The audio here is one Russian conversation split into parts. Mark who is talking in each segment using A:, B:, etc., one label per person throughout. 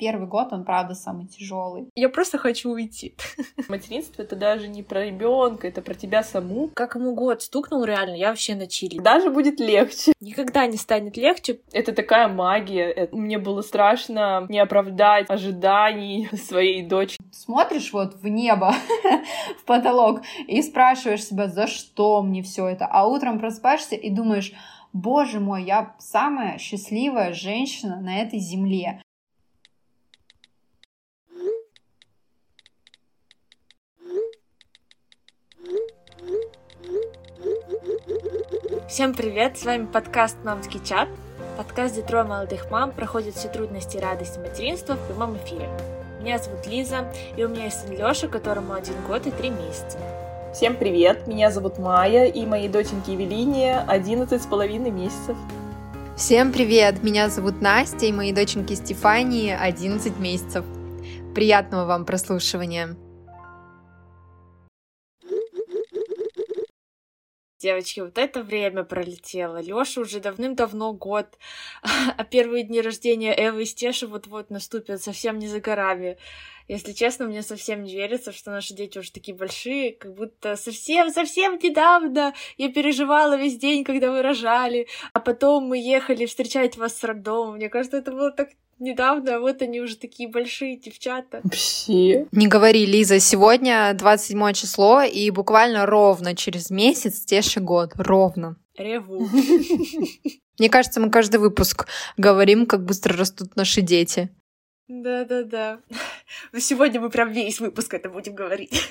A: Первый год, он, правда, самый тяжелый.
B: Я просто хочу уйти.
C: Материнство — это даже не про ребенка, это про тебя саму.
B: Как ему год стукнул, реально, я вообще на чили.
C: Даже будет легче.
B: Никогда не станет легче.
C: Это такая магия. Мне было страшно не оправдать ожиданий своей дочери.
A: Смотришь вот в небо, в потолок, и спрашиваешь себя, за что мне все это? А утром просыпаешься и думаешь: боже мой, я самая счастливая женщина на этой земле.
B: Всем привет, с вами подкаст «Мамский чат». Подкаст, где трое молодых мам проходят все трудности и радости материнства в прямом эфире. Меня зовут Лиза, и у меня есть сын Лёша, которому 1 год и 3 месяца.
C: Всем привет, меня зовут Майя, и моей доченьке Евелине 11,5 месяцев.
D: Всем привет, меня зовут Настя, и моей доченьке Стефании 11 месяцев. Приятного вам прослушивания.
B: Девочки, вот это время пролетело. Лёша уже давным-давно год, а первые дни рождения Эвы и Стеши вот-вот наступят, совсем не за горами. Если честно, мне совсем не верится, что наши дети уже такие большие, как будто совсем недавно я переживала весь день, когда вы рожали, а потом мы ехали встречать вас с роддомом. Мне кажется, это было так недавно, а вот они уже такие большие девчата.
C: Вообще.
D: Не говори, Лиза, сегодня 27 число, и буквально ровно через месяц Стеше год. Ровно.
B: Реву.
D: Мне кажется, мы каждый выпуск говорим, как быстро растут наши дети.
B: Да. Но сегодня мы прям весь выпуск это будем говорить.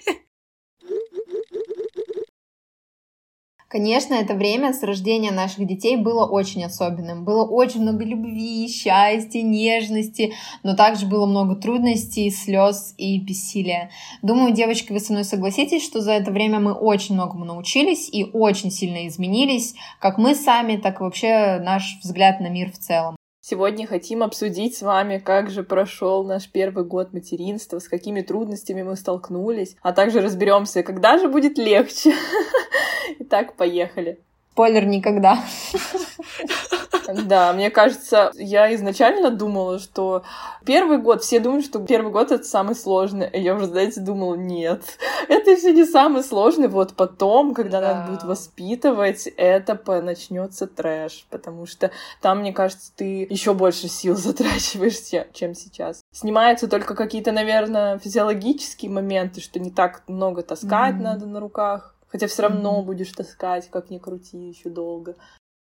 A: Конечно, это время с рождения наших детей было очень особенным. Было очень много любви, счастья, нежности, но также было много трудностей, слез и бессилия. Думаю, девочки, вы со мной согласитесь, что за это время мы очень многому научились и очень сильно изменились, как мы сами, так и вообще наш взгляд на мир в целом.
C: Сегодня хотим обсудить с вами, как же прошел наш первый год материнства, с какими трудностями мы столкнулись, а также разберемся, когда же будет легче. Итак, поехали.
A: Спойлер: никогда.
C: Да, мне кажется, я изначально думала, что первый год, все думают, что первый год — это самый сложный. И я уже, знаете, думала, нет, это все не самый сложный. Вот потом, когда надо будет воспитывать, это начнется трэш, потому что там, мне кажется, ты еще больше сил затрачиваешь, чем сейчас. Снимаются только какие-то, наверное, физиологические моменты, что не так много таскать надо на руках. Хотя все равно будешь таскать, как ни крути, еще долго.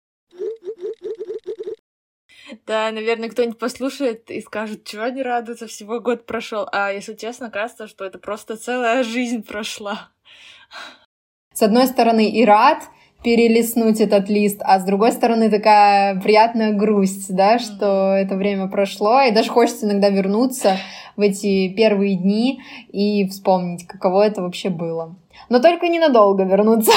B: Да, наверное, кто-нибудь послушает и скажет, чего они радуются, всего год прошел. А если честно, кажется, что это просто целая жизнь прошла.
A: С одной стороны, и рад перелистнуть этот лист, а с другой стороны, такая приятная грусть, да, что это время прошло, и даже хочется иногда вернуться в эти первые дни и вспомнить, каково это вообще было. Но только ненадолго вернуться.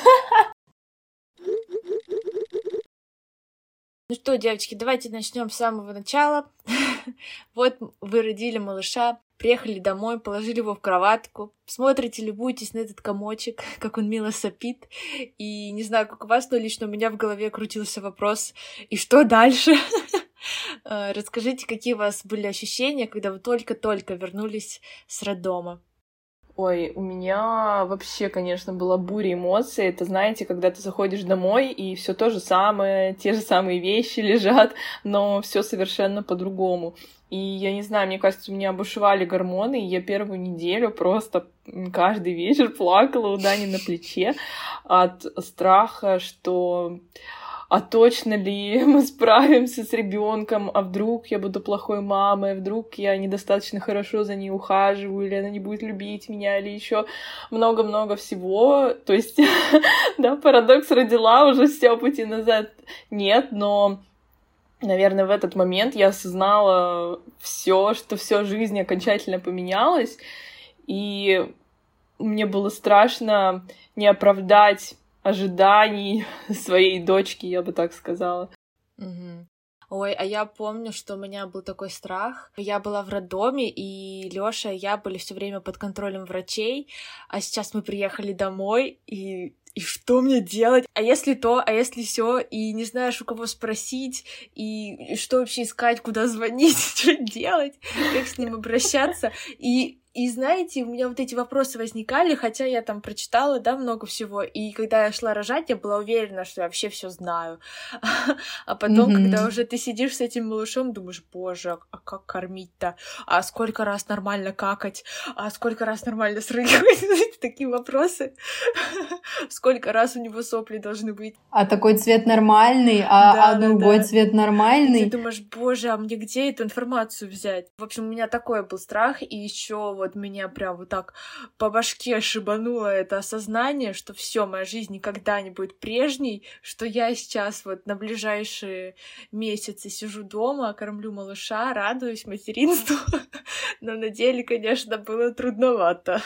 B: Ну что, девочки, давайте начнем с самого начала. Вот вы родили малыша, приехали домой, положили его в кроватку, смотрите, любуетесь на этот комочек, как он мило сопит. И не знаю, как у вас, но лично у меня в голове крутился вопрос: и что дальше? Расскажите, какие у вас были ощущения, когда вы только-только вернулись с роддома?
C: Ой, у меня вообще, конечно, была буря эмоций. Это, знаете, когда ты заходишь домой, и все то же самое, те же самые вещи лежат, но все совершенно по-другому. И я не знаю, мне кажется, у меня бушевали гормоны, и я первую неделю просто каждый вечер плакала у Дани на плече от страха, что... А точно ли мы справимся с ребенком? А вдруг я буду плохой мамой? Вдруг я недостаточно хорошо за ней ухаживаю? Или она не будет любить меня? Или еще много-много всего? То есть, да, парадокс: родила, уже все, пути назад нет. Но, наверное, в этот момент я осознала все, что вся жизнь окончательно поменялась. И мне было страшно не оправдать ожиданий своей дочки, я бы так сказала.
B: Ой, а я помню, что у меня был такой страх. Я была в роддоме, и Лёша и я были все время под контролем врачей, а сейчас мы приехали домой, и и что мне делать? А если то, а если сё, и не знаешь, у кого спросить, и что вообще искать, куда звонить, что делать, как с ним обращаться. И знаете, у меня вот эти вопросы возникали, хотя я там прочитала, да, много всего, и когда я шла рожать, я была уверена, что я вообще все знаю. А потом, когда уже ты сидишь с этим малышом, думаешь, боже, а как кормить-то? А сколько раз нормально какать? А сколько раз нормально срыгивать? Такие вопросы. Сколько раз у него сопли должны быть?
A: А такой цвет нормальный, другой цвет нормальный.
B: И ты думаешь, боже, а мне где эту информацию взять? В общем, у меня такой был страх, и еще вот меня прям вот так по башке шибануло это осознание, что все, моя жизнь никогда не будет прежней, что я сейчас вот на ближайшие месяцы сижу дома, кормлю малыша, радуюсь материнству. Но на деле, конечно, было трудновато.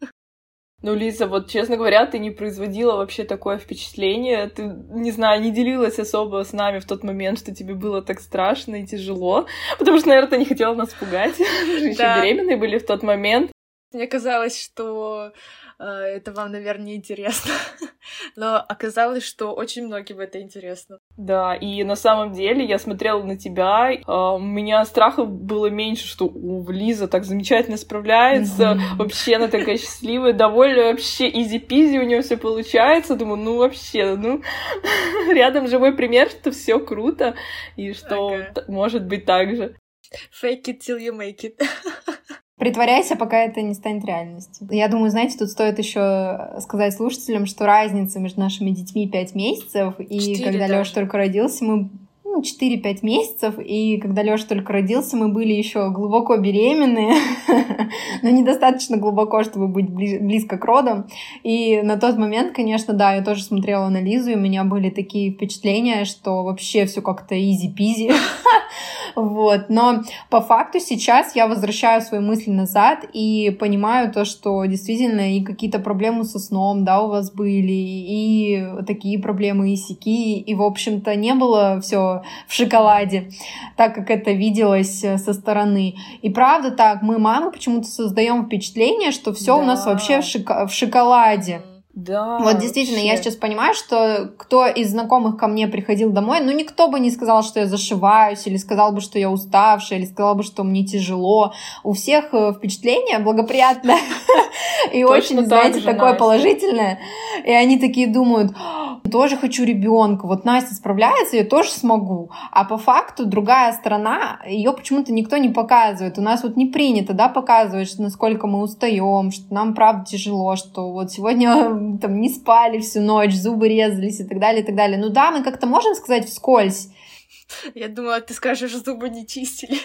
C: Ну, Лиза, вот, честно говоря, ты не производила вообще такое впечатление. Ты, не знаю, не делилась особо с нами в тот момент, что тебе было так страшно и тяжело. Потому что, наверное, ты не хотела нас пугать. Мы же еще беременные были в тот момент.
B: Мне казалось, что это вам, наверное, не интересно. Но оказалось, что очень многим это интересно.
C: Да, и на самом деле я смотрела на тебя, у меня страхов было меньше, что Лиза так замечательно справляется, вообще она такая счастливая, довольная, вообще изи-пизи у нее все получается. Думаю, ну вообще, рядом живой пример, что все круто, и что может быть так же.
B: Fake it till you make it.
A: Притворяйся, пока это не станет реальностью. Я думаю, знаете, тут стоит еще сказать слушателям, что разница между нашими детьми 5 месяцев, и когда Лёша только родился, мы 4-5 месяцев, и когда Лёша только родился, мы были еще глубоко беременные, но недостаточно глубоко, чтобы быть близко к родам. И на тот момент, конечно, да, я тоже смотрела на Лизу, и у меня были такие впечатления, что вообще все как-то изи-пизи. Вот. Но по факту сейчас я возвращаю свои мысли назад и понимаю то, что действительно и какие-то проблемы со сном, да, у вас были, и такие проблемы, и сяки, и, в общем-то, не было все в шоколаде, так как это виделось со стороны. И правда так, мы, мамы, почему-то создаем впечатление, что все у нас вообще в шоколаде.
C: Да,
A: вот действительно, вообще. Я сейчас понимаю, что кто из знакомых ко мне приходил домой, никто бы не сказал, что я зашиваюсь, или сказал бы, что я уставшая, или сказал бы, что мне тяжело. У всех впечатление благоприятное и очень, знаете, такое положительное. И они такие думают, тоже хочу ребенка, вот Настя справляется, я тоже смогу. А по факту другая сторона, ее почему-то никто не показывает. У нас вот не принято, да, показывать, что насколько мы устаем, что нам правда тяжело, что вот сегодня там не спали всю ночь, зубы резались и так далее, и так далее. Ну да, мы как-то можем сказать вскользь.
B: Я думала, ты скажешь, что зубы не чистили.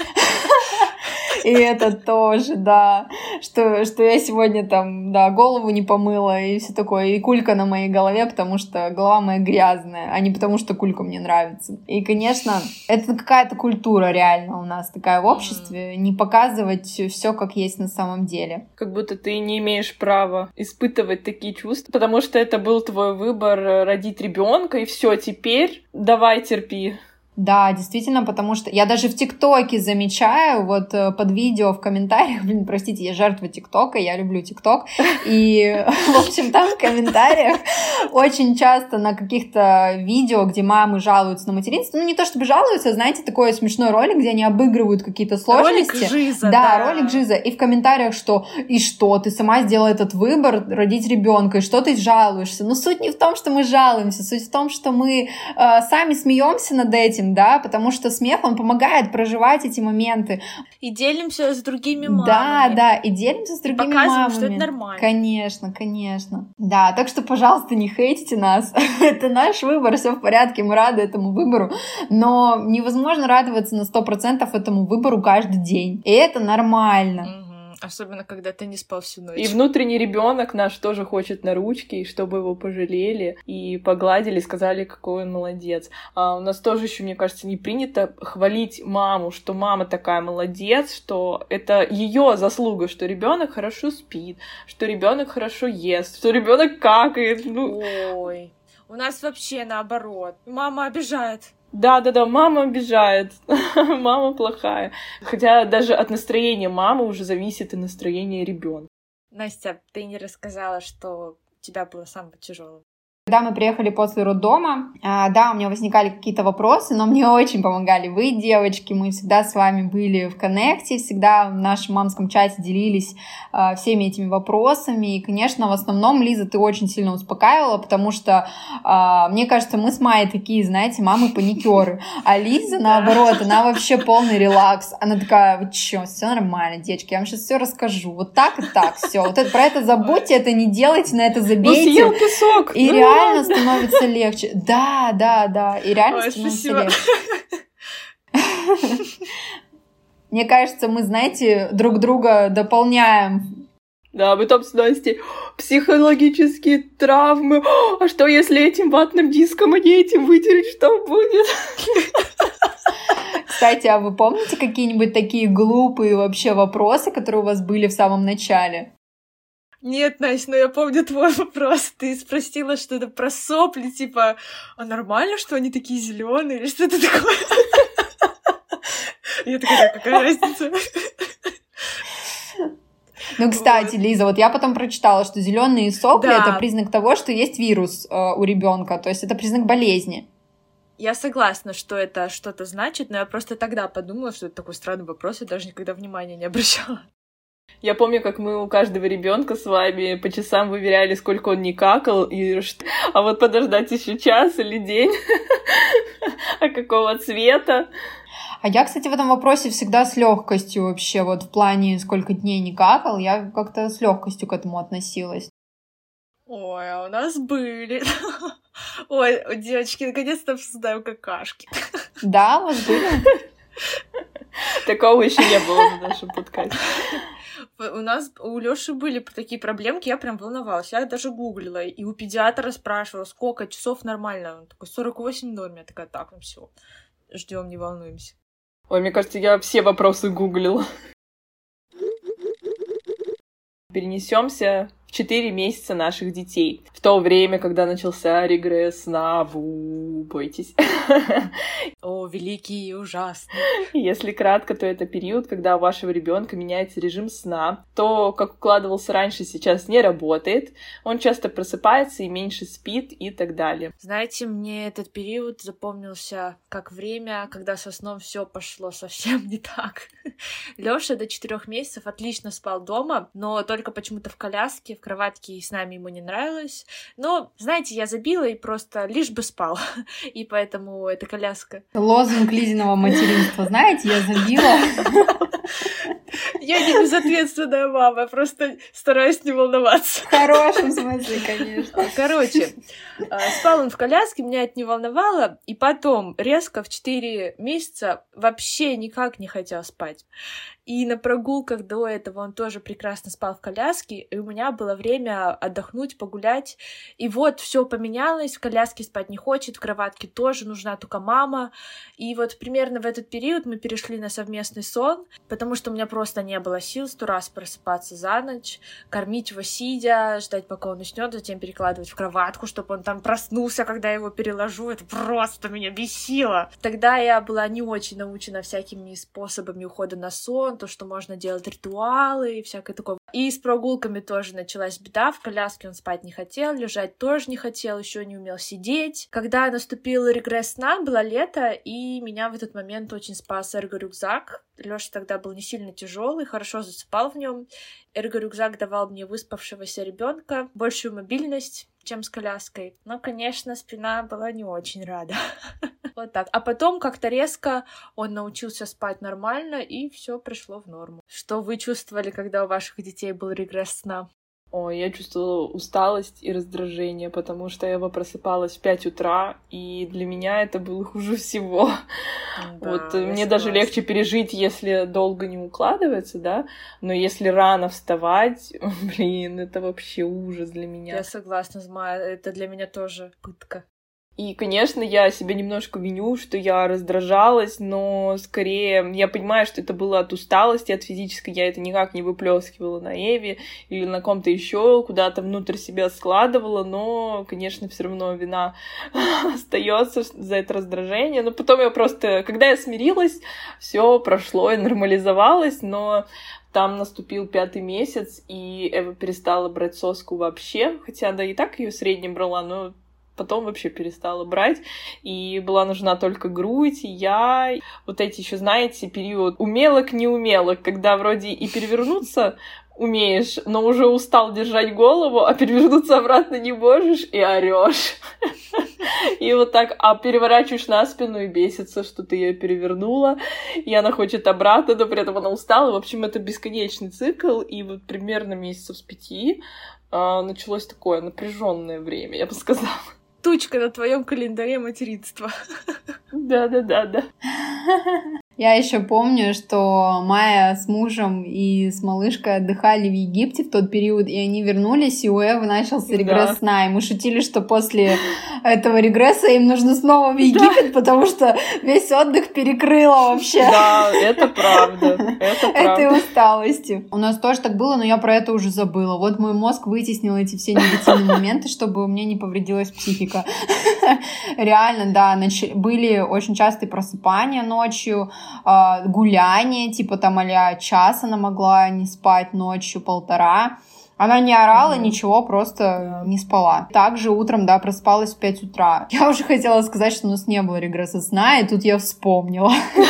A: И это тоже, да, что я сегодня там, да, голову не помыла и все такое, и кулька на моей голове, потому что голова моя грязная, а не потому что кулька мне нравится. И, конечно, это какая-то культура реально у нас такая в обществе, не показывать все как есть на самом деле.
C: Как будто ты не имеешь права испытывать такие чувства, потому что это был твой выбор родить ребенка, и все, теперь давай терпи.
A: Да, действительно, потому что я даже в ТикТоке замечаю, вот под видео в комментариях, простите, я жертва ТикТока, я люблю ТикТок, и, в общем, там в комментариях очень часто на каких-то видео, где мамы жалуются на материнство, не то чтобы жалуются, знаете, такой смешной ролик, где они обыгрывают какие-то сложности.
B: Ролик Жиза,
A: да. Ролик Жиза, и в комментариях, что, ты сама сделала этот выбор, родить ребенка, и что ты жалуешься? Но суть не в том, что мы жалуемся, суть в том, что мы сами смеемся над этим, да, потому что смех, он помогает проживать эти моменты.
B: И делимся с другими мамами.
A: Да, и делимся с другими
B: показываем,
A: мамами.
B: что это нормально.
A: Конечно. Да, так что, пожалуйста, не хейтите нас. Это наш выбор, все в порядке, мы рады этому выбору, но невозможно радоваться на 100% этому выбору каждый день. И это нормально.
B: Особенно, когда ты не спал всю ночь.
C: И внутренний ребенок наш тоже хочет на ручки, чтобы его пожалели и погладили, сказали, какой он молодец. А у нас тоже еще, мне кажется, не принято хвалить маму, что мама такая молодец, что это ее заслуга, что ребенок хорошо спит, что ребенок хорошо ест, что ребенок какает.
B: Ой, у нас вообще наоборот. Мама обижает.
C: Да, мама обижает, мама плохая. Хотя даже от настроения мамы уже зависит и настроение ребенка.
B: Настя, ты не рассказала, что у тебя было самое тяжелое.
A: Когда мы приехали после роддома, да, у меня возникали какие-то вопросы, но мне очень помогали вы, девочки, мы всегда с вами были в коннекте, всегда в нашем мамском чате делились всеми этими вопросами, и, конечно, в основном, Лиза, ты очень сильно успокаивала, потому что, мне кажется, мы с Майей такие, знаете, мамы-паникеры, а Лиза, наоборот, она вообще полный релакс, она такая, вы чё, все нормально, девочки, я вам сейчас все расскажу, вот так и так, все, вот это, про это забудьте, это не делайте, на это забейте.
C: Съел песок.
A: И реально становится легче. Да, и реально становится легче. Мне кажется, мы, знаете, друг друга дополняем.
C: Да, вы там с Настей психологические травмы. А что, если этим ватным диском, а не этим вытереть, что будет?
A: Кстати, а вы помните какие-нибудь такие глупые вообще вопросы, которые у вас были в самом начале?
B: Нет, Настя, но я помню твой вопрос. Ты спросила что-то про сопли, типа, а нормально, что они такие зеленые или что-то такое? Я такая, какая разница?
A: Ну, кстати, Лиза, вот я потом прочитала, что зеленые сопли это признак того, что есть вирус у ребенка, то есть это признак болезни.
B: Я согласна, что это что-то значит, но я просто тогда подумала, что это такой странный вопрос, я даже никогда внимания не обращала.
C: Я помню, как мы у каждого ребенка с вами по часам выверяли, сколько он не какал, а вот подождать еще час или день, а какого цвета.
A: А я, кстати, в этом вопросе всегда с легкостью вообще, вот в плане сколько дней не какал, я как-то с легкостью к этому относилась.
B: Ой, а у нас были. Ой, девочки, наконец-то обсуждаем какашки.
A: Да, у вас были?
C: Такого еще не было в нашем подкасте.
B: У Лёши были такие проблемки, я прям волновалась. Я даже гуглила, и у педиатра спрашивала, сколько часов нормально. Он такой, 48 норм. Я такая, так, ну все, ждем, не волнуемся.
C: Ой, мне кажется, я все вопросы гуглила. Перенесемся в 4 месяца наших детей. В то время, когда начался регресс сна, бойтесь.
B: О, великий и ужасный.
C: Если кратко, то это период, когда у вашего ребенка меняется режим сна. То, как укладывался раньше, сейчас не работает. Он часто просыпается и меньше спит и так далее.
B: Знаете, мне этот период запомнился как время, когда со сном все пошло совсем не так. Лёша до 4 месяцев отлично спал дома, но только почему-то в коляске, в кроватке с нами ему не нравилось. Но, знаете, я забила и просто лишь бы спал. И поэтому эта коляска...
A: Лозунг Лизиного материнства, знаете, я забила.
B: Я не безответственная мама, я просто стараюсь не волноваться.
A: В хорошем смысле, конечно.
B: Короче, спал он в коляске, меня это не волновало, и потом резко в 4 месяца вообще никак не хотел спать. И на прогулках до этого он тоже прекрасно спал в коляске, и у меня было время отдохнуть, погулять. И вот все поменялось, в коляске спать не хочет, в кроватке тоже нужна только мама. И вот примерно в этот период мы перешли на совместный сон, потому что у меня просто не было сил 100 раз просыпаться за ночь, кормить его сидя, ждать, пока он уснет, затем перекладывать в кроватку, чтобы он там проснулся, когда я его переложу. Это просто меня бесило. Тогда я была не очень научена всякими способами ухода на сон, то, что можно делать ритуалы и всякое такое. И с прогулками тоже началась беда. В коляске он спать не хотел, лежать тоже не хотел, еще не умел сидеть. Когда наступил регресс сна, было лето, и меня в этот момент очень спас эрго-рюкзак. Лёша тогда был не сильно тяжелый, хорошо засыпал в нем. Эрго-рюкзак давал мне выспавшегося ребенка большую мобильность, чем с коляской. Но, конечно, спина была не очень рада. Вот так. А потом как-то резко он научился спать нормально, и все пришло в норму. Что вы чувствовали, когда у ваших детей был регресс сна?
C: Ой, я чувствовала усталость и раздражение, потому что я просыпалась в 5 утра, и для меня это было хуже всего.
B: Да,
C: вот мне даже легче пережить, если долго не укладывается, да, но если рано вставать, блин, это вообще ужас для меня.
B: Я согласна с Майей, это для меня тоже пытка.
C: И, конечно, я себя немножко виню, что я раздражалась, но скорее я понимаю, что это было от усталости, от физической, я это никак не выплескивала на Эве или на ком-то еще, куда-то внутрь себя складывала, но, конечно, все равно вина остается за это раздражение. Но потом я просто, когда я смирилась, все прошло и нормализовалось, но там наступил 5-й месяц, и Эва перестала брать соску вообще, хотя да и так ее в среднем брала, но потом вообще перестала брать, и была нужна только грудь, и я... Вот эти еще, знаете, период умелок-неумелок, когда вроде и перевернуться умеешь, но уже устал держать голову, а перевернуться обратно не можешь, и орешь. И вот так, а переворачиваешь на спину и бесится, что ты ее перевернула, и она хочет обратно, но при этом она устала. В общем, это бесконечный цикл, и вот примерно месяцев с 5 началось такое напряженное время, я бы сказала.
B: Тучка на твоем календаре материнства.
C: Да.
A: Я еще помню, что Майя с мужем и с малышкой отдыхали в Египте в тот период, и они вернулись, и у Эвы начался регресс сна. И мы шутили, что после этого регресса им нужно снова в Египет, потому что весь отдых перекрыло вообще.
C: Да, это правда.
A: Этой усталости. У нас тоже так было, но я про это уже забыла. Вот мой мозг вытеснил эти все негативные моменты, чтобы у меня не повредилась психика. Реально, да, были очень частые просыпания ночью, гуляния, типа там а-ля час она могла не спать ночью, 1,5. Она не орала, ничего, просто не спала. Также утром, да, просыпалась в 5 утра. Я уже хотела сказать, что у нас не было регресса сна, и тут я вспомнила.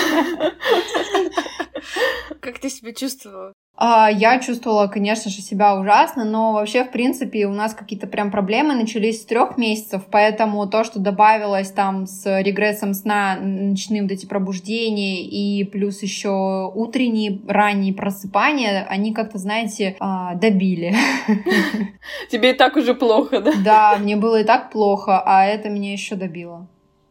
B: Как ты себя чувствовала?
A: Я чувствовала, конечно же, себя ужасно, но вообще, в принципе, у нас какие-то прям проблемы начались с 3 месяцев, поэтому то, что добавилось там с регрессом сна, ночным вот эти пробуждения и плюс еще утренние, ранние просыпания, они как-то, знаете, добили.
C: Тебе и так уже плохо, да?
A: Да, мне было и так плохо, а это меня еще добило.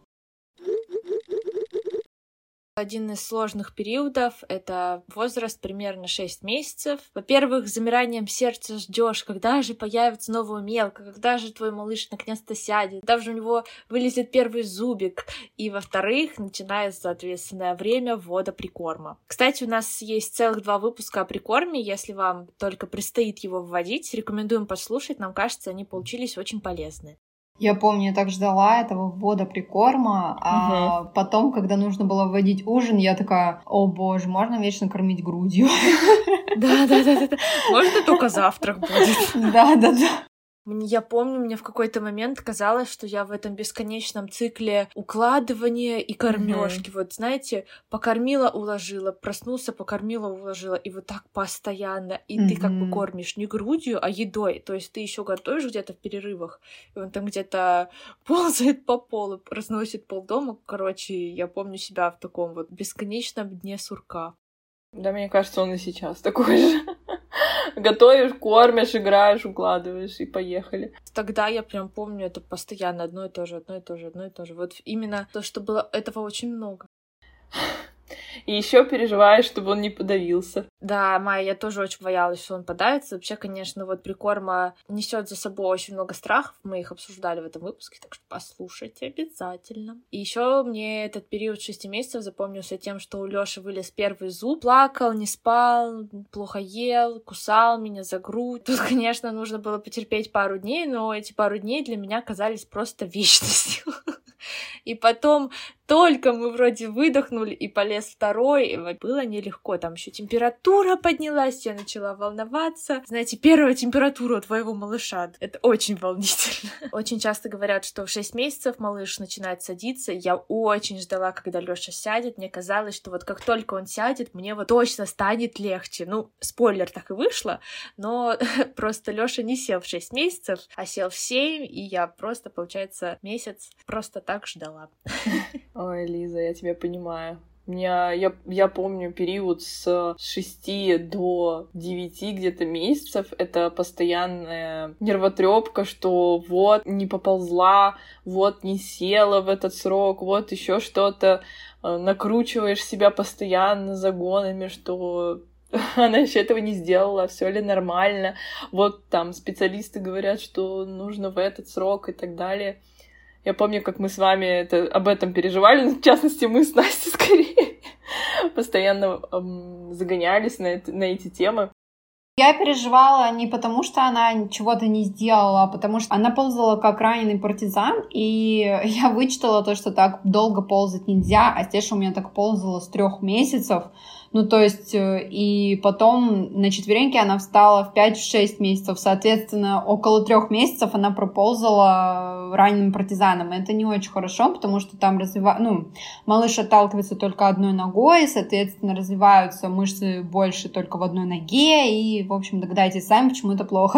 B: Один из сложных периодов — это возраст примерно 6 месяцев. Во-первых, с замиранием сердца ждешь, когда же появится новая мелка, когда же твой малыш наконец-то сядет, когда же у него вылезет первый зубик. И, во-вторых, начинается, соответственно, время ввода прикорма. Кстати, у нас есть целых 2 выпуска о прикорме. Если вам только предстоит его вводить, рекомендуем послушать. Нам кажется, они получились очень полезны.
A: Я помню, я так ждала этого ввода прикорма, а потом, когда нужно было вводить ужин, я такая: о боже, можно вечно кормить грудью?
B: Да. Можно только завтрак будет.
A: Да.
B: Я помню, мне в какой-то момент казалось, что я в этом бесконечном цикле укладывания и кормежки. Вот, знаете, покормила, уложила, проснулся, покормила, уложила. И вот так постоянно. И ты как бы кормишь не грудью, а едой. То есть ты еще готовишь где-то в перерывах. И он там где-то ползает по полу, разносит полдома. Короче, я помню себя в таком вот бесконечном дне сурка.
C: Да, мне кажется, он и сейчас такой же. Готовишь, кормишь, играешь, укладываешь, и поехали.
B: Тогда я прям помню, это постоянно одно и то же. Вот именно то, что было этого очень много.
C: И еще переживаешь, чтобы он не подавился.
B: Да, Майя, я тоже очень боялась, что он подавится. Вообще, конечно, вот прикорма несет за собой очень много страхов. Мы их обсуждали в этом выпуске, так что послушайте обязательно. И еще мне этот период 6 месяцев запомнился тем, что у Лёши вылез первый зуб, плакал, не спал, плохо ел, кусал меня за грудь. Тут, конечно, нужно было потерпеть пару дней, но эти пару дней для меня казались просто вечностью. И потом только мы вроде выдохнули, и полез второй, и было нелегко. Там еще температура поднялась, я начала волноваться. Знаете, первая температура у твоего малыша — это очень волнительно. Очень часто говорят, что в 6 месяцев малыш начинает садиться. Я очень ждала, когда Лёша сядет. Мне казалось, что вот как только он сядет, мне вот точно станет легче. Ну, спойлер, так и вышло, но просто Лёша не сел в 6 месяцев, а сел в 7, и я просто, получается, месяц просто так ждала.
C: Ой, Лиза, я тебя понимаю. Я помню период с 6 до 9 где-то месяцев. Это постоянная нервотрепка, что вот не поползла, вот не села в этот срок, вот еще что-то. Накручиваешь себя постоянно загонами, что она еще этого не сделала, все ли нормально. Вот там специалисты говорят, что нужно в этот срок и так далее. Я помню, как мы с вами об этом переживали, в частности, мы с Настей скорее постоянно загонялись на эти темы.
A: Я переживала не потому, что она чего-то не сделала, а потому что она ползала как раненый партизан, и я вычитала то, что так долго ползать нельзя, а Стеша у меня так ползала с 3 месяцев. Ну, то есть, и потом на четвереньки она встала в 5-6 месяцев. Соответственно, около 3 месяцев она проползала раненым партизаном. И это не очень хорошо, потому что там малыш отталкивается только одной ногой, соответственно, развиваются мышцы больше только в одной ноге. И, в общем, догадайтесь сами, почему это плохо.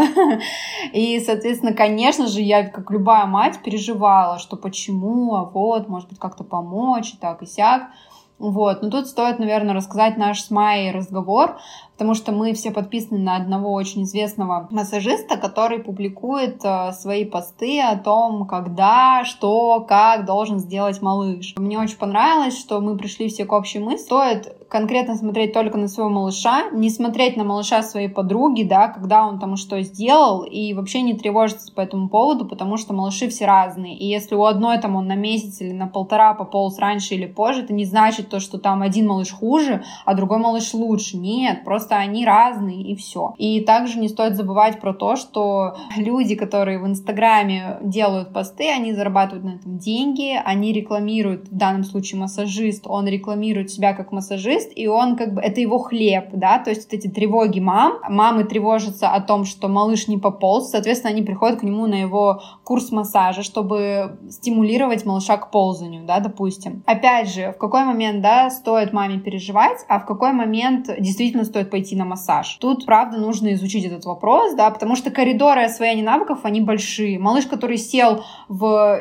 A: И, соответственно, конечно же, я, как любая мать, переживала, что почему, может быть, как-то помочь, и так, и сяк. Но тут стоит, наверное, рассказать наш с Майей разговор, потому что мы все подписаны на одного очень известного массажиста, который публикует свои посты о том, когда, что, как должен сделать малыш. Мне очень понравилось, что мы пришли все к общей мысли. Стоит конкретно смотреть только на своего малыша, не смотреть на малыша своей подруги, да, когда он там что сделал, и вообще не тревожиться по этому поводу, потому что малыши все разные. И если у одной там он на месяц или на 1,5 пополз раньше или позже, это не значит то, что там один малыш хуже, а другой малыш лучше. Нет, просто они разные, и все. И также не стоит забывать про то, что люди, которые в Инстаграме делают посты, они зарабатывают на этом деньги, они рекламируют, в данном случае массажист, он рекламирует себя как массажист, и он это его хлеб, да, то есть вот эти тревоги мамы тревожатся о том, что малыш не пополз, соответственно, они приходят к нему на его курс массажа, чтобы стимулировать малыша к ползанию, да, допустим. Опять же, в какой момент, да, стоит маме переживать, а в какой момент действительно стоит пойти на массаж. Тут, правда, нужно изучить этот вопрос, да, потому что коридоры освоения навыков, они большие. Малыш, который сел в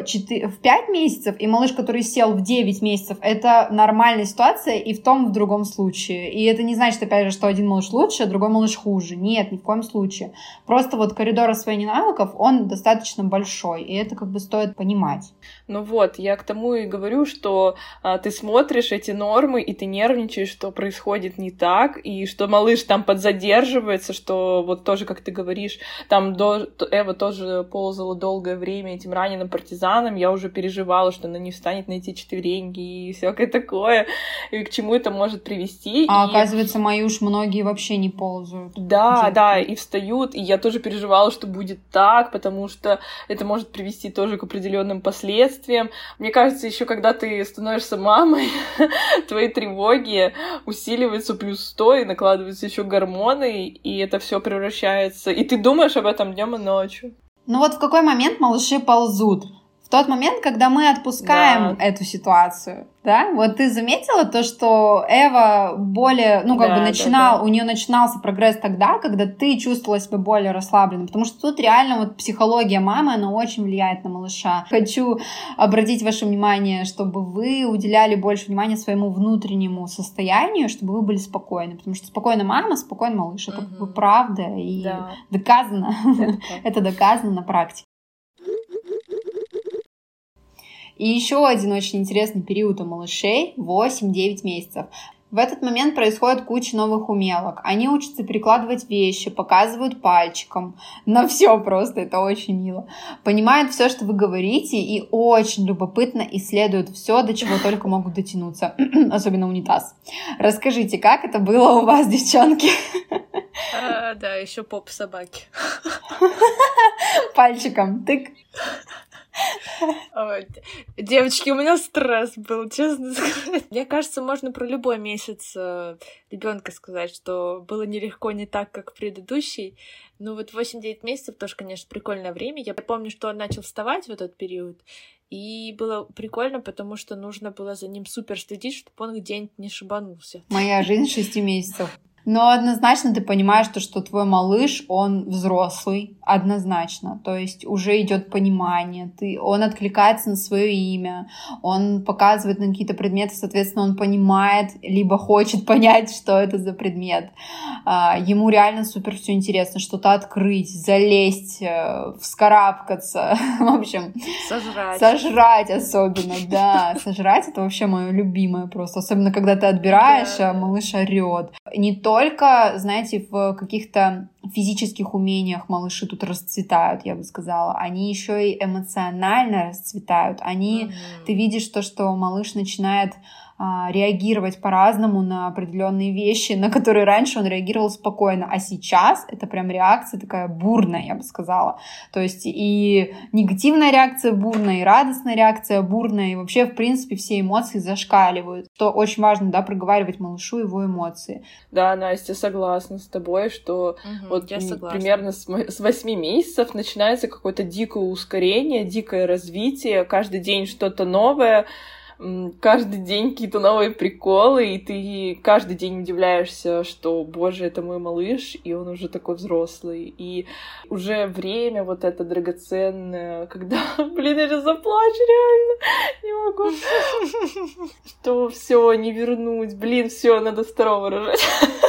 A: 5 месяцев, и малыш, который сел в 9 месяцев, это нормальная ситуация и в том, и в другом случае. И это не значит, опять же, что один малыш лучше, а другой малыш хуже. Нет, ни в коем случае. Просто коридор освоения навыков, он достаточно большой, и это стоит понимать.
C: Я к тому и говорю, что ты смотришь эти нормы, и ты нервничаешь, что происходит не так, и что малыш там подзадерживается, что тоже, как ты говоришь, там Эва тоже ползала долгое время этим раненым партизаном, я уже переживала, что она не встанет на эти четвереньки и всякое такое, и к чему это может привести.
A: Оказывается, мои уж многие вообще не ползают.
C: Да, и встают, и я тоже переживала, что будет так, потому что это может привести тоже к определенным последствиям. Мне кажется, еще когда ты становишься мамой, твои тревоги усиливаются плюс 100, и накладываются еще гормоны, и это все превращается... И ты думаешь об этом днем и ночью.
A: В какой момент малыши ползут? В тот момент, когда мы отпускаем эту ситуацию, да? Ты заметила то, что Эва более, у нее начинался прогресс тогда, когда ты чувствовала себя более расслабленной, потому что тут реально психология мамы, она очень влияет на малыша. Хочу обратить ваше внимание, чтобы вы уделяли больше внимания своему внутреннему состоянию, чтобы вы были спокойны, потому что спокойная мама, спокойный малыш, это правда и доказано, это доказано на практике. И еще один очень интересный период у малышей — 8-9 месяцев. В этот момент происходит куча новых умелок. Они учатся перекладывать вещи, показывают пальчиком. На все просто, это очень мило. Понимают все, что вы говорите, и очень любопытно исследуют все, до чего только могут дотянуться. Особенно унитаз. Расскажите, как это было у вас, девчонки?
B: Да, еще поп собаки.
A: Пальчиком, тык.
B: Девочки, у меня стресс был, честно сказать. Мне кажется, можно про любой месяц ребенка сказать, что было нелегко, не так, как предыдущий. 8-9 месяцев тоже, конечно, прикольное время. Я помню, что он начал вставать в этот период, и было прикольно, потому что нужно было за ним супер следить, чтобы он где-нибудь не шибанулся.
A: Моя жизнь 6 месяцев. Но однозначно ты понимаешь, что твой малыш, он взрослый, однозначно. То есть уже идет понимание, он откликается на свое имя, он показывает на какие-то предметы, соответственно, он понимает, либо хочет понять, что это за предмет. Ему реально супер все интересно, что-то открыть, залезть, вскарабкаться, в общем. Сожрать особенно, да. Сожрать — это вообще мое любимое просто. Особенно, когда ты отбираешь, а малыш орёт. Не только, знаете, в каких-то физических умениях малыши тут расцветают, я бы сказала. Они еще и эмоционально расцветают. Ты видишь то, что малыш начинает реагировать по-разному на определенные вещи, на которые раньше он реагировал спокойно, а сейчас это прям реакция такая бурная, я бы сказала. То есть и негативная реакция бурная, и радостная реакция бурная, и вообще, в принципе, все эмоции зашкаливают. Что очень важно, да, проговаривать малышу его эмоции.
C: Да, Настя, согласна с тобой, что примерно с 8 месяцев начинается какое-то дикое ускорение, дикое развитие, каждый день что-то новое, каждый день какие-то новые приколы, и ты каждый день удивляешься, что, боже, это мой малыш, и он уже такой взрослый. И уже время вот это драгоценное, когда, блин, я сейчас заплачу, реально, не могу. Что все не вернуть, блин, все, надо второго рожать.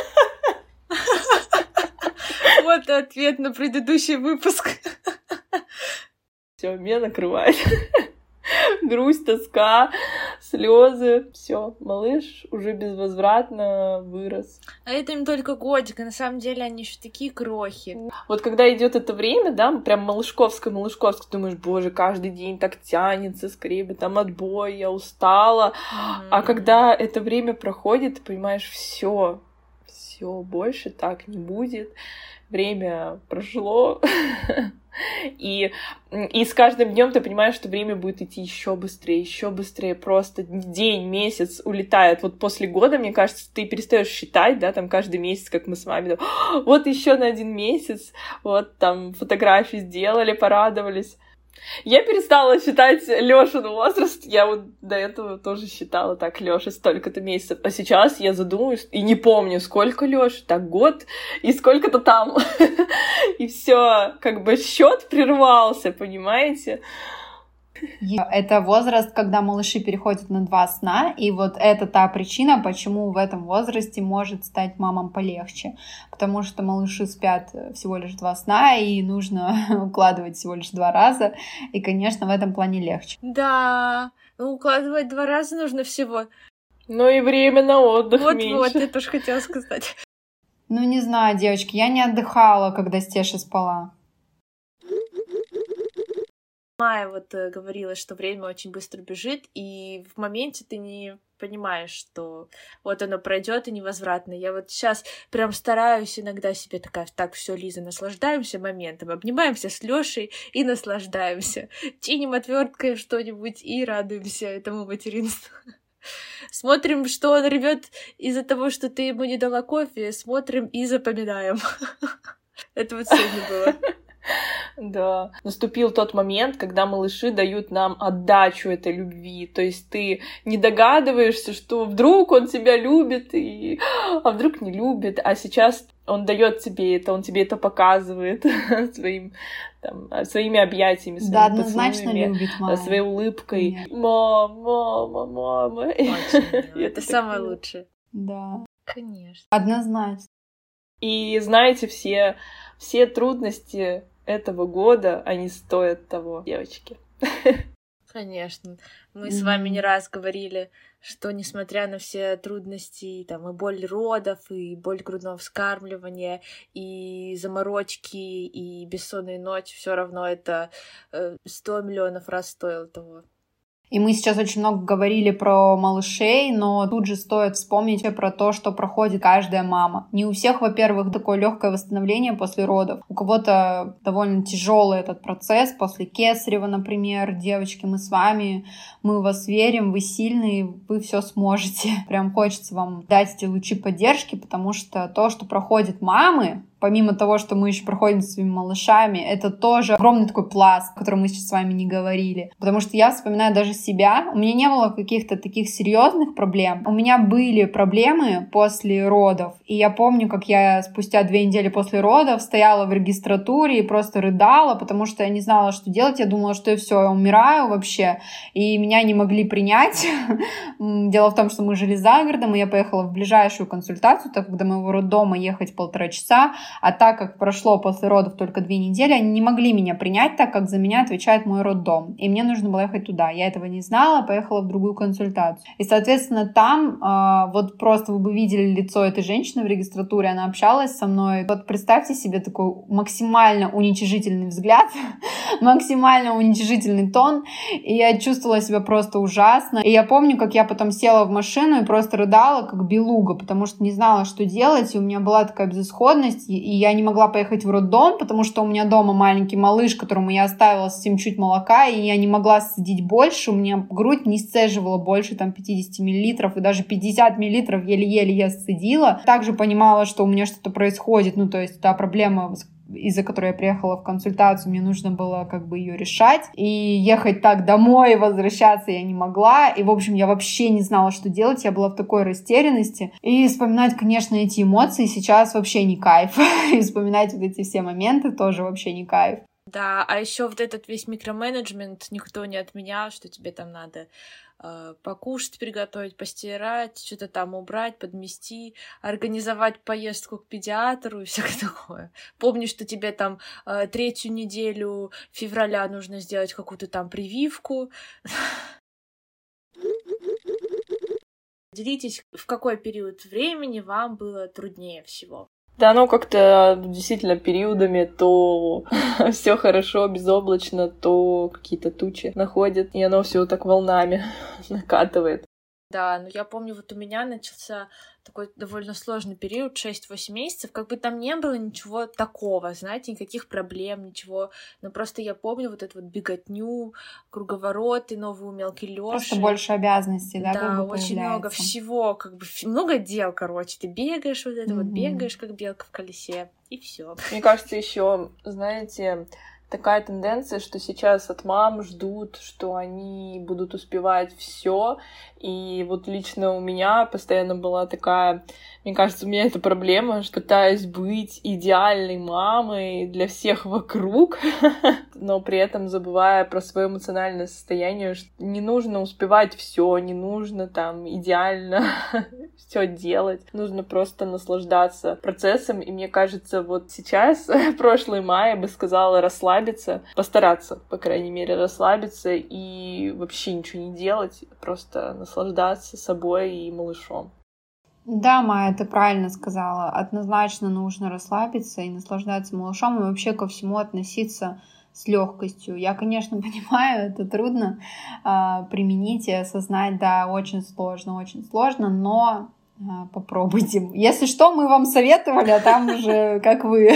B: Вот ответ на предыдущий выпуск.
C: Все, меня накрывает. Грусть, тоска, слезы. Все, малыш уже безвозвратно вырос.
B: А это им только годик, и на самом деле они еще такие крохи.
C: Вот когда идет это время, да, прям малышковское, думаешь, боже, каждый день так тянется, скорее бы там отбой, я устала. А когда это время проходит, ты понимаешь, все, больше так не будет. Время прошло, и с каждым днем ты понимаешь, что время будет идти еще быстрее, просто день, месяц улетает. Вот после года, мне кажется, ты перестаешь считать, да, там каждый месяц, как мы с вами, да, вот еще на 1 месяц, вот там фотографии сделали, порадовались. Я перестала считать Лёшин возраст. Я вот до этого тоже считала так, Лёша столько-то месяцев. А сейчас я задумываюсь и не помню, сколько Лёше, так год и сколько-то там. И все, как бы счет прервался, понимаете?
A: Это возраст, когда малыши переходят на 2 сна, и вот это та причина, почему в этом возрасте может стать мамам полегче, потому что малыши спят всего лишь 2 сна, и нужно укладывать всего лишь 2 раза, и, конечно, в этом плане легче.
B: Да, укладывать 2 раза нужно всего.
C: Ну и время на отдых меньше.
B: Вот, я тоже хотела сказать.
A: Ну, не знаю, девочки, я не отдыхала, когда Стеша спала.
B: Майя вот говорила, что время очень быстро бежит, и в моменте ты не понимаешь, что вот оно пройдет и невозвратно. Я вот сейчас прям стараюсь иногда себе такая: так, все, Лиза, наслаждаемся моментом, обнимаемся с Лешей и наслаждаемся. Чиним отверткой что-нибудь и радуемся этому материнству. Смотрим, что он рвет из-за того, что ты ему не дала кофе, смотрим и запоминаем. Это вот сегодня было.
C: Да. Наступил тот момент, когда малыши дают нам отдачу этой любви. То есть ты не догадываешься, что вдруг он тебя любит, а вдруг не любит. А сейчас он дает тебе это, он тебе это показывает своими объятиями, своими поцелуями, своей улыбкой. Нет. Мама.
B: Это самое лучшее.
A: Да.
B: Конечно.
A: Однозначно.
C: И знаете, все трудности этого года, они стоят того, девочки.
B: Конечно. Мы с вами не раз говорили, что несмотря на все трудности, там, и боль родов, и боль грудного вскармливания, и заморочки, и бессонные ночи, все равно это 100 миллионов раз стоило того.
A: И мы сейчас очень много говорили про малышей, но тут же стоит вспомнить про то, что проходит каждая мама. Не у всех, во-первых, такое легкое восстановление после родов. У кого-то довольно тяжелый этот процесс после кесарева, например. Девочки, мы с вами, мы в вас верим, вы сильные, вы все сможете. Прям хочется вам дать эти лучи поддержки, потому что то, что проходят мамы, помимо того, что мы еще проходим со своими малышами, это тоже огромный такой пласт, о котором мы сейчас с вами не говорили. Потому что я вспоминаю даже себя. У меня не было каких-то таких серьезных проблем. У меня были проблемы после родов. И я помню, как я спустя 2 недели после родов стояла в регистратуре и просто рыдала, потому что я не знала, что делать. Я думала, что я умираю вообще. И меня не могли принять. Дело в том, что мы жили за городом, и я поехала в ближайшую консультацию, так как до моего роддома ехать 1,5 часа. а так как прошло после родов только 2 недели, они не могли меня принять, так как за меня отвечает мой роддом, и мне нужно было ехать туда. Я этого не знала, поехала в другую консультацию. И, соответственно, там вот просто вы бы видели лицо этой женщины в регистратуре, она общалась со мной. Вот представьте себе такой максимально уничижительный взгляд, максимально уничижительный тон, и я чувствовала себя просто ужасно. И я помню, как я потом села в машину и просто рыдала, как белуга, потому что не знала, что делать, и у меня была такая безысходность, и я не могла поехать в роддом, потому что у меня дома маленький малыш, которому я оставила совсем чуть молока, и я не могла сцедить больше, у меня грудь не сцеживала больше там 50 миллилитров, и даже 50 миллилитров еле-еле я сцедила. Также понимала, что у меня что-то происходит, ну, то есть та проблема, из-за которой я приехала в консультацию, мне нужно было как бы ее решать, и ехать так домой, возвращаться я не могла, и, в общем, я вообще не знала, что делать, я была в такой растерянности, и вспоминать, конечно, эти эмоции сейчас вообще не кайф, и вспоминать вот эти все моменты тоже вообще не кайф.
B: Да, а еще вот этот весь микроменеджмент никто не отменял, что тебе там надо покушать, приготовить, постирать, что-то там убрать, подмести, организовать поездку к педиатру и всякое такое. Помни, что тебе там 3-ю неделю февраля нужно сделать какую-то там прививку. Делитесь, в какой период времени вам было труднее всего?
C: Да, ну как-то действительно периодами то все хорошо, безоблачно, то какие-то тучи находят, и оно все так волнами накатывает.
B: Да, но я помню, вот у меня начался такой довольно сложный период, 6-8 месяцев, как бы там не было ничего такого, знаете, никаких проблем, ничего, но просто я помню вот эту вот беготню, круговороты, новую мелкий Лёши.
A: Просто больше обязанностей, да, как бы
B: очень
A: появляется.
B: много всего, как бы много дел, короче, ты бегаешь вот это вот, бегаешь как белка в колесе, и все.
C: Мне кажется, еще, знаете, такая тенденция, что сейчас от мам ждут, что они будут успевать все. И вот лично у меня постоянно была такая, мне кажется, у меня эта проблема, что пытаюсь быть идеальной мамой для всех вокруг, но при этом забывая про свое эмоциональное состояние, что не нужно успевать все, не нужно там идеально все делать, нужно просто наслаждаться процессом. И мне кажется, вот сейчас, прошлый май, я бы сказала, расслабиться, постараться, по крайней мере, расслабиться и вообще ничего не делать, просто наслаждаться собой и малышом.
A: Да, Майя, ты правильно сказала. Однозначно нужно расслабиться и наслаждаться малышом, и вообще ко всему относиться с легкостью. Я, конечно, понимаю, это трудно применить и осознать, да, очень сложно, но попробуйте. Если что, мы вам советовали, а там уже как вы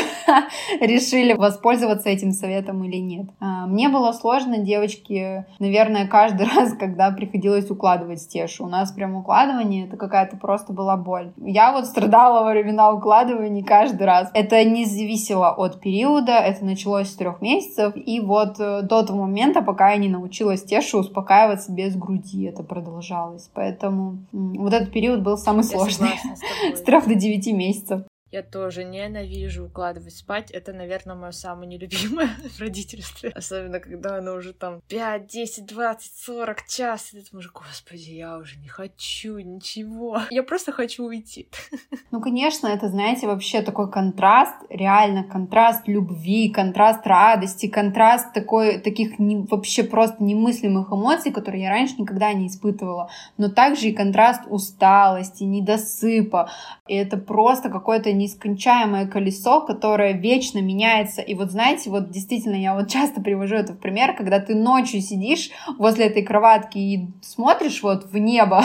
A: решили воспользоваться этим советом или нет. Мне было сложно, девочки, наверное, каждый раз, когда приходилось укладывать Стешу. У нас прям укладывание, это какая-то просто была боль. Я вот страдала во времена укладываний каждый раз. Это не зависело от периода, это началось с 3 месяцев, и вот до того момента, пока я не научилась Стешу успокаиваться без груди, это продолжалось. Поэтому вот этот период был самый сложный. С 3 до 9 месяцев.
B: Я тоже ненавижу укладывать спать. Это, наверное, мое самое нелюбимое в родительстве. Особенно, когда она уже там 5, 10, 20, 40, час. И ты думаешь, господи, я уже не хочу ничего. Я просто хочу уйти.
A: Ну, конечно, это, знаете, вообще такой контраст, реально контраст любви, контраст радости, контраст таких вообще просто немыслимых эмоций, которые я раньше никогда не испытывала. Но также и контраст усталости, недосыпа. И это просто какое-то нескончаемое колесо, которое вечно меняется. И вот знаете, вот действительно я вот часто привожу это в пример, когда ты ночью сидишь возле этой кроватки и смотришь вот в небо,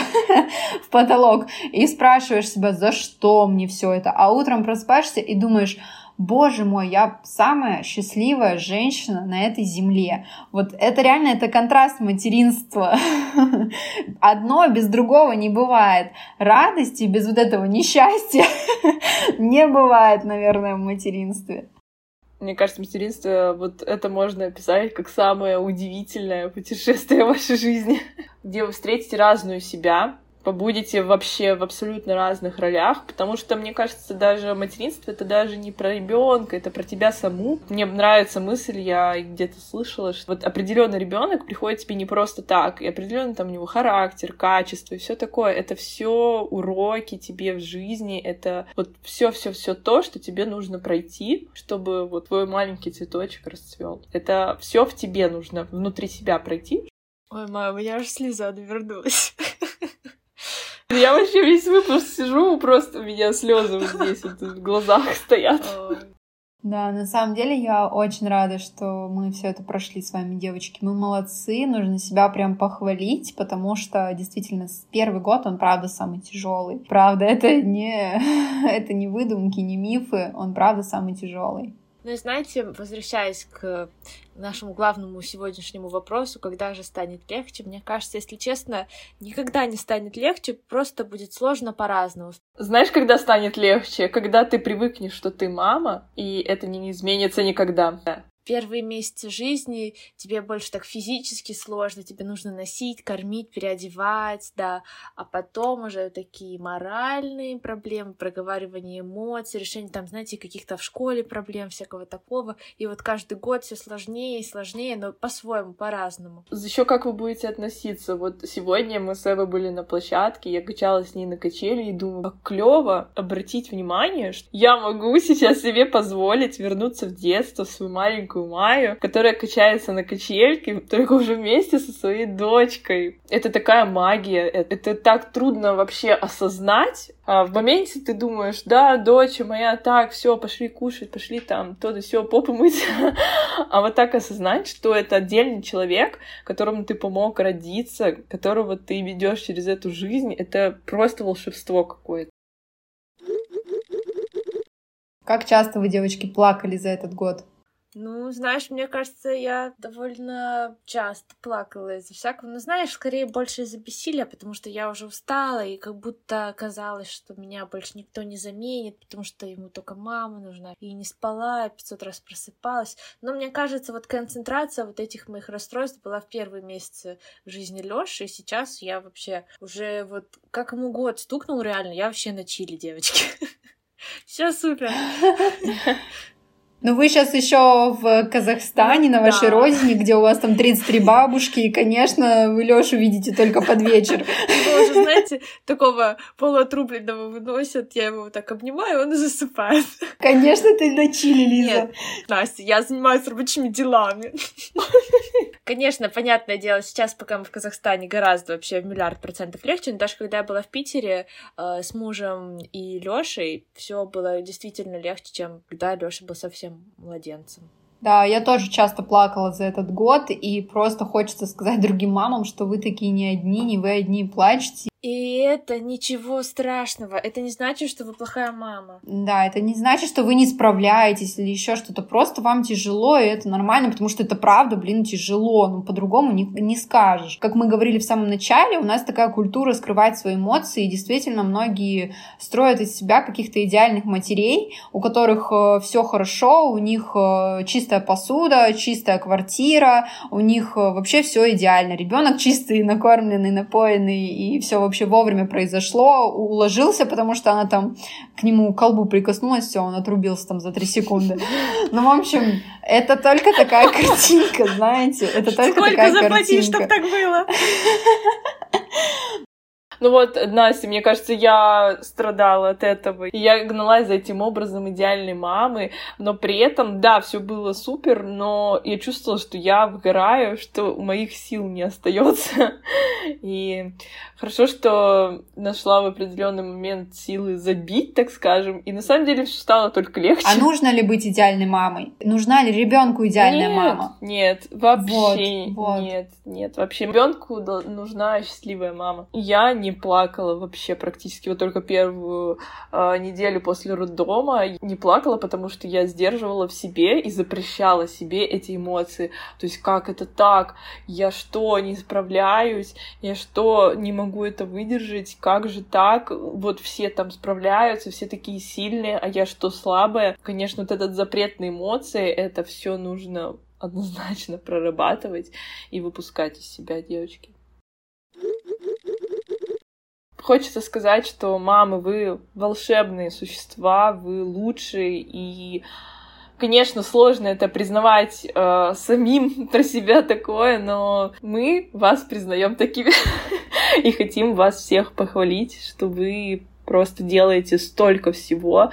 A: в потолок, и спрашиваешь себя, за что мне все это? А утром просыпаешься и думаешь, боже мой, я самая счастливая женщина на этой земле. Вот это реально, это контраст материнства. Одно без другого не бывает. Радости без вот этого несчастья не бывает, наверное, в материнстве.
C: Мне кажется, материнство, вот это можно описать как самое удивительное путешествие в вашей жизни, где вы встретите разную себя, побудете вообще в абсолютно разных ролях, потому что, мне кажется, даже материнство — это даже не про ребенка, это про тебя саму. Мне нравится мысль, я где-то слышала, что вот определенный ребенок приходит тебе не просто так, и определенно там у него характер, качество и все такое. Это все уроки тебе в жизни, это вот все то, что тебе нужно пройти, чтобы вот твой маленький цветочек расцвел. Это все в тебе нужно внутри себя пройти.
B: Ой, мама, я аж слеза навернулась.
C: Я вообще весь выпуск сижу, просто у меня слезы вот здесь вот в глазах стоят.
A: Да, на самом деле я очень рада, что мы все это прошли с вами, девочки. Мы молодцы, нужно себя прям похвалить, потому что действительно первый год, он правда самый тяжелый. Правда, это не выдумки, не мифы, он правда самый тяжелый.
B: Ну и знаете, возвращаясь к нашему главному сегодняшнему вопросу, когда же станет легче, мне кажется, если честно, никогда не станет легче, просто будет сложно по-разному.
C: Знаешь, когда станет легче? Когда ты привыкнешь, что ты мама, и это не изменится никогда.
B: Первые месяцы жизни тебе больше так физически сложно, тебе нужно носить, кормить, переодевать, да, а потом уже такие моральные проблемы, проговаривание эмоций, решение там, знаете, каких-то в школе проблем, всякого такого, и вот каждый год все сложнее и сложнее, но по-своему, по-разному.
C: Еще как вы будете относиться? Вот сегодня мы с Эвой были на площадке, я качалась с ней на качели и думаю, как клево обратить внимание, что я могу сейчас себе позволить вернуться в детство, в свою маленькую Майю, которая качается на качельке, только уже вместе со своей дочкой. Это такая магия, это так трудно вообще осознать. А в моменте ты думаешь, да, доча моя, так, все, пошли кушать, пошли там, то да сё, попу мыть. А вот так осознать, что это отдельный человек, которому ты помог родиться, которого ты ведешь через эту жизнь, это просто волшебство какое-то.
A: Как часто вы, девочки, плакали за этот год?
B: Ну, знаешь, мне кажется, я довольно часто плакала из-за всякого. Но, знаешь, скорее больше из-за бессилия, потому что я уже устала, и как будто казалось, что меня больше никто не заменит, потому что ему только мама нужна. И не спала, 500 раз просыпалась. Но мне кажется, вот концентрация вот этих моих расстройств была в первые месяцы в жизни Лёши, и сейчас я вообще уже вот как ему год стукнул реально, я вообще на чили, девочки. Все супер.
A: Но вы сейчас еще в Казахстане, на вашей родине, где у вас там 33 бабушки, и, конечно, вы Лёшу видите только под вечер.
B: Его уже, знаете, такого полуотрубленного выносят, я его вот так обнимаю, он и засыпает.
A: Конечно, ты на чили, Лиза.
B: Нет, Настя, я занимаюсь рабочими делами. Конечно, понятное дело, сейчас, пока мы в Казахстане, гораздо вообще в 1,000,000% легче, но даже когда я была в Питере с мужем и Лёшей, все было действительно легче, чем когда Лёша был совсем младенцем.
A: Да, я тоже часто плакала за этот год, и просто хочется сказать другим мамам, что вы такие не одни, не вы одни плачете.
B: И это ничего страшного. Это не значит, что вы плохая мама.
A: Да, это не значит, что вы не справляетесь или еще что-то. Просто вам тяжело, и это нормально, потому что это правда, тяжело. Ну, по-другому не скажешь. Как мы говорили в самом начале, у нас такая культура скрывать свои эмоции. И действительно, многие строят из себя каких-то идеальных матерей, у которых все хорошо, у них чистая посуда, чистая квартира, у них вообще все идеально. Ребенок чистый, накормленный, напоенный, и все вообще вовремя произошло, уложился, потому что она там к нему к колбу прикоснулась, все, он отрубился там за 3 секунды. Ну, в общем, это только такая картинка, знаете, это только такая картинка. Сколько заплатить,
B: чтобы так было?
C: Ну вот, Настя, мне кажется, я страдала от этого. И я гналась за этим образом идеальной мамы, но при этом, да, все было супер, но я чувствовала, что я выгораю, что у моих сил не остается. И хорошо, что нашла в определенный момент силы забить, так скажем, и на самом деле все стало только легче.
A: А нужно ли быть идеальной мамой? Нужна ли ребенку идеальная мама?
C: Нет, вообще
A: вот.
C: Нет, вообще ребенку нужна счастливая мама. Я не плакала вообще практически, вот только первую неделю после роддома не плакала, потому что я сдерживала в себе и запрещала себе эти эмоции. То есть как это так? Я что, не справляюсь? Я что, не могу это выдержать? Как же так? Вот все там справляются, все такие сильные, а я что, слабая? Конечно, вот этот запрет на эмоции, это все нужно однозначно прорабатывать и выпускать из себя, девочки. Хочется сказать, что мамы, вы волшебные существа, вы лучшие, и, конечно, сложно это признавать самим про себя такое, но мы вас признаем такими и хотим вас всех похвалить, что вы просто делаете столько всего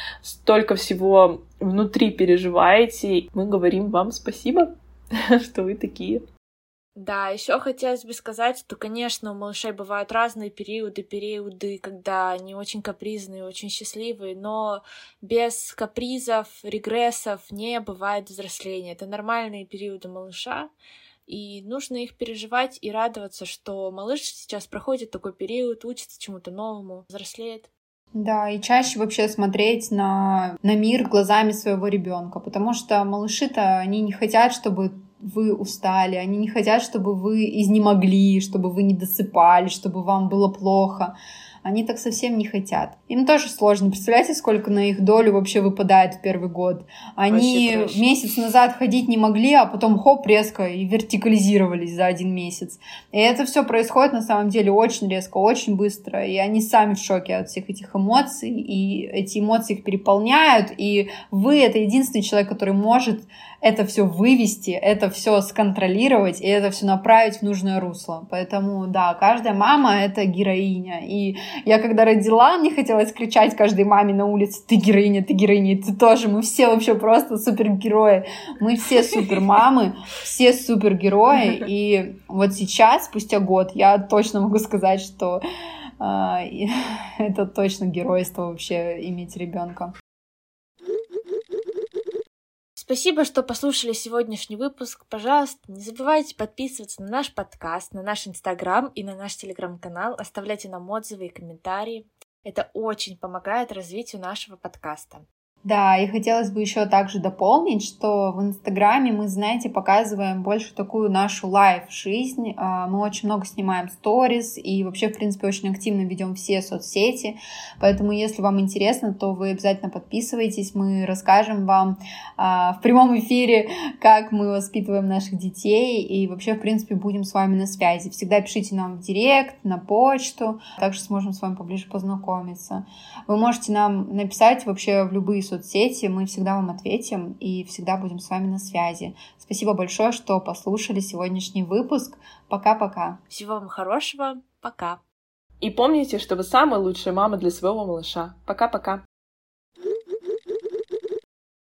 C: внутри переживаете. Мы говорим вам спасибо, что вы такие.
B: Да, еще хотелось бы сказать, что, конечно, у малышей бывают разные периоды, когда они очень капризные, очень счастливые, но без капризов, регрессов не бывает взросления. Это нормальные периоды малыша, и нужно их переживать и радоваться, что малыш сейчас проходит такой период, учится чему-то новому, взрослеет.
A: Да, и чаще вообще смотреть на мир глазами своего ребенка, потому что малыши-то, они не хотят, чтобы вы устали, они не хотят, чтобы вы изнемогли, чтобы вы не досыпали, чтобы вам было плохо. Они так совсем не хотят. Им тоже сложно. Представляете, сколько на их долю вообще выпадает в первый год? Они месяц назад ходить не могли, а потом хоп, резко и вертикализировались за 1 месяц. И это все происходит на самом деле очень резко, очень быстро. И они сами в шоке от всех этих эмоций. И эти эмоции их переполняют. И вы — это единственный человек, который может это все вывести, это все сконтролировать и это все направить в нужное русло. Поэтому, да, каждая мама — это героиня. И я когда родила, мне хотелось кричать каждой маме на улице: ты героиня, ты тоже. Мы все вообще просто супергерои. Мы все супермамы, все супергерои. И вот сейчас, спустя год, я точно могу сказать, что это точно геройство вообще иметь ребенка.
B: Спасибо, что послушали сегодняшний выпуск. Пожалуйста, не забывайте подписываться на наш подкаст, на наш Инстаграм и на наш Телеграм-канал. Оставляйте нам отзывы и комментарии. Это очень помогает развитию нашего подкаста.
A: Да, и хотелось бы еще также дополнить, что в Инстаграме мы, знаете, показываем больше такую нашу лайф-жизнь. Мы очень много снимаем сторис и вообще, в принципе, очень активно ведем все соцсети. Поэтому, если вам интересно, то вы обязательно подписывайтесь. Мы расскажем вам в прямом эфире, как мы воспитываем наших детей. И вообще, в принципе, будем с вами на связи. Всегда пишите нам в директ, на почту. Также сможем с вами поближе познакомиться. Вы можете нам написать вообще в любые соцсети, мы всегда вам ответим и всегда будем с вами на связи. Спасибо большое, что послушали сегодняшний выпуск. Пока-пока.
B: Всего вам хорошего. Пока.
C: И помните, что вы самая лучшая мама для своего малыша. Пока-пока.